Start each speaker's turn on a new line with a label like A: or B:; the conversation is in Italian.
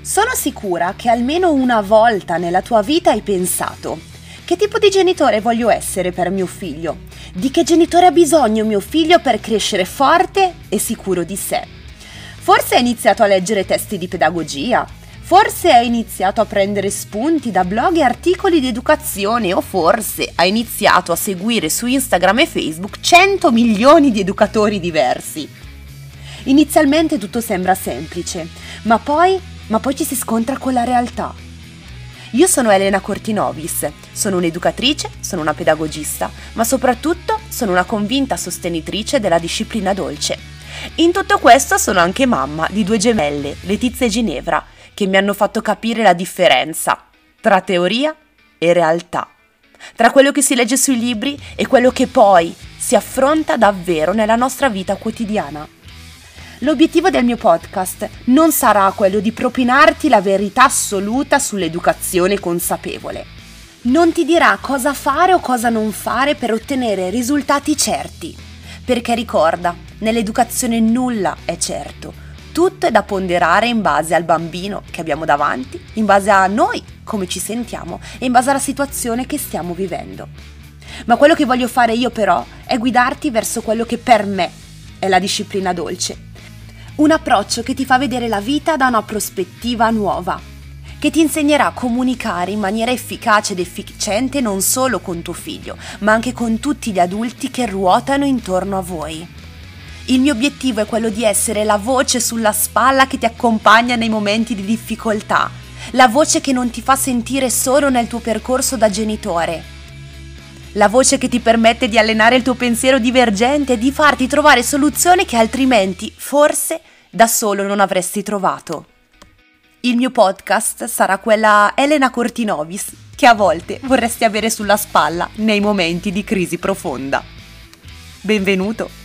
A: Sono sicura che almeno una volta nella tua vita hai pensato: che tipo di genitore voglio essere per mio figlio? Di che genitore ha bisogno mio figlio per crescere forte e sicuro di sé? Forse hai iniziato a leggere testi di pedagogia, forse hai iniziato a prendere spunti da blog e articoli di educazione, o forse hai iniziato a seguire su Instagram e Facebook 100 milioni di educatori diversi. Inizialmente tutto sembra semplice, ma poi ci si scontra con la realtà. Io sono Elena Cortinovis, sono un'educatrice, sono una pedagogista, ma soprattutto sono una convinta sostenitrice della disciplina dolce. In tutto questo sono anche mamma di 2 gemelle, Letizia e Ginevra, che mi hanno fatto capire la differenza tra teoria e realtà, tra quello che si legge sui libri e quello che poi si affronta davvero nella nostra vita quotidiana. L'obiettivo del mio podcast non sarà quello di propinarti la verità assoluta sull'educazione consapevole. Non ti dirà cosa fare o cosa non fare per ottenere risultati certi, perché ricorda, nell'educazione nulla è certo, tutto è da ponderare in base al bambino che abbiamo davanti, in base a noi, come ci sentiamo e in base alla situazione che stiamo vivendo. Ma quello che voglio fare io però è guidarti verso quello che per me è la disciplina dolce. Un approccio che ti fa vedere la vita da una prospettiva nuova, che ti insegnerà a comunicare in maniera efficace ed efficiente non solo con tuo figlio, ma anche con tutti gli adulti che ruotano intorno a voi. Il mio obiettivo è quello di essere la voce sulla spalla che ti accompagna nei momenti di difficoltà, la voce che non ti fa sentire solo nel tuo percorso da genitore, la voce che ti permette di allenare il tuo pensiero divergente e di farti trovare soluzioni che altrimenti, forse, da solo non avresti trovato. Il mio podcast sarà quella Elena Cortinovis che a volte vorresti avere sulla spalla nei momenti di crisi profonda. Benvenuto!